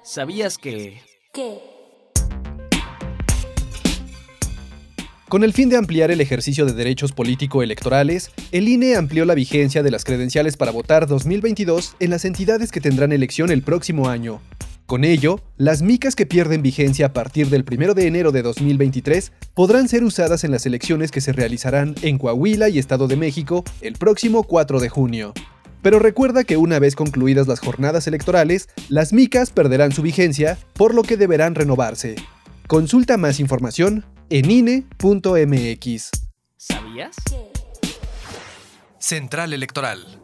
¿Sabías que...? ¿Qué? Con el fin de ampliar el ejercicio de derechos político-electorales, el INE amplió la vigencia de las credenciales para votar 2022 en las entidades que tendrán elección el próximo año. Con ello, las micas que pierden vigencia a partir del 1 de enero de 2023 podrán ser usadas en las elecciones que se realizarán en Coahuila y Estado de México el próximo 4 de junio. Pero recuerda que una vez concluidas las jornadas electorales, las micas perderán su vigencia, por lo que deberán renovarse. Consulta más información en INE.mx. ¿Sabías? ¿Qué? Central Electoral.